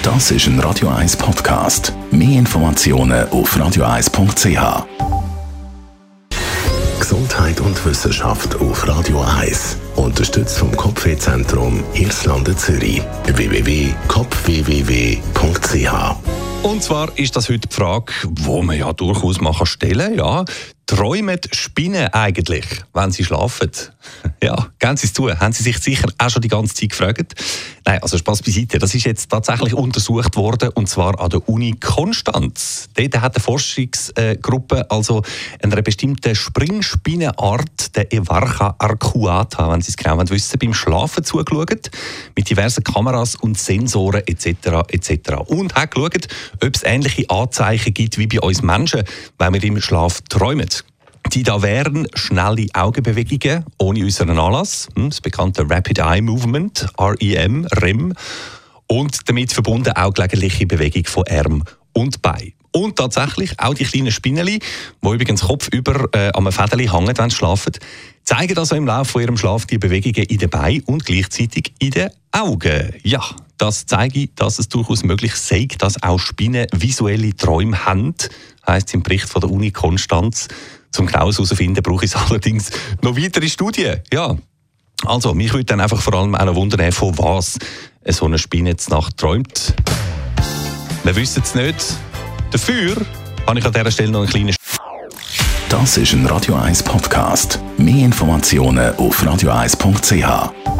Das ist ein Radio 1 Podcast. Mehr Informationen auf radio1.ch. Gesundheit und Wissenschaft auf Radio 1. Unterstützt vom Kopfwehzentrum Irlande Zürich. www.kopfwww.ch. Und zwar ist das heute die Frage, die man ja durchaus mal stellen kann. Ja, träumen Spinnen eigentlich, wenn sie schlafen? Ja, geben Sie es zu. Haben Sie sich sicher auch schon die ganze Zeit gefragt? Nein, also Spass beiseite. Das ist jetzt tatsächlich untersucht worden, und zwar an der Uni Konstanz. Dort hat eine Forschungsgruppe also einer bestimmten Springspinnenart, der Evarcha arcuata, wenn Sie es genau wissen, beim Schlafen zugeschaut, mit diversen Kameras und Sensoren etc. etc. Und hat geschaut, ob es ähnliche Anzeichen gibt wie bei uns Menschen, wenn wir im Schlaf träumen. Die da wären schnelle Augenbewegungen ohne unseren Anlass, das bekannte Rapid Eye Movement, REM, und damit verbunden auch gelegentliche Bewegung von Arm und Bein. Und tatsächlich auch die kleinen Spinneli, die übrigens kopfüber an einem Fädeli hängen, wenn sie schlafen, zeigen also im Laufe von ihrem Schlaf die Bewegungen in den Beinen und gleichzeitig in den Augen. Ja, das zeige, dass es durchaus möglich sei, dass auch Spinnen visuelle Träume haben, heisst es im Bericht von der Uni Konstanz. Zum genaues herausfinden brauche ich allerdings noch weitere Studien. Ja, also mich würde dann einfach vor allem auch noch wundern, von was so eine Spinne jetzt Nacht träumt. Wir wissen es nicht. Dafür habe ich an dieser Stelle noch einen kleinen... Das ist ein Radio 1 Podcast. Mehr Informationen auf radio1.ch.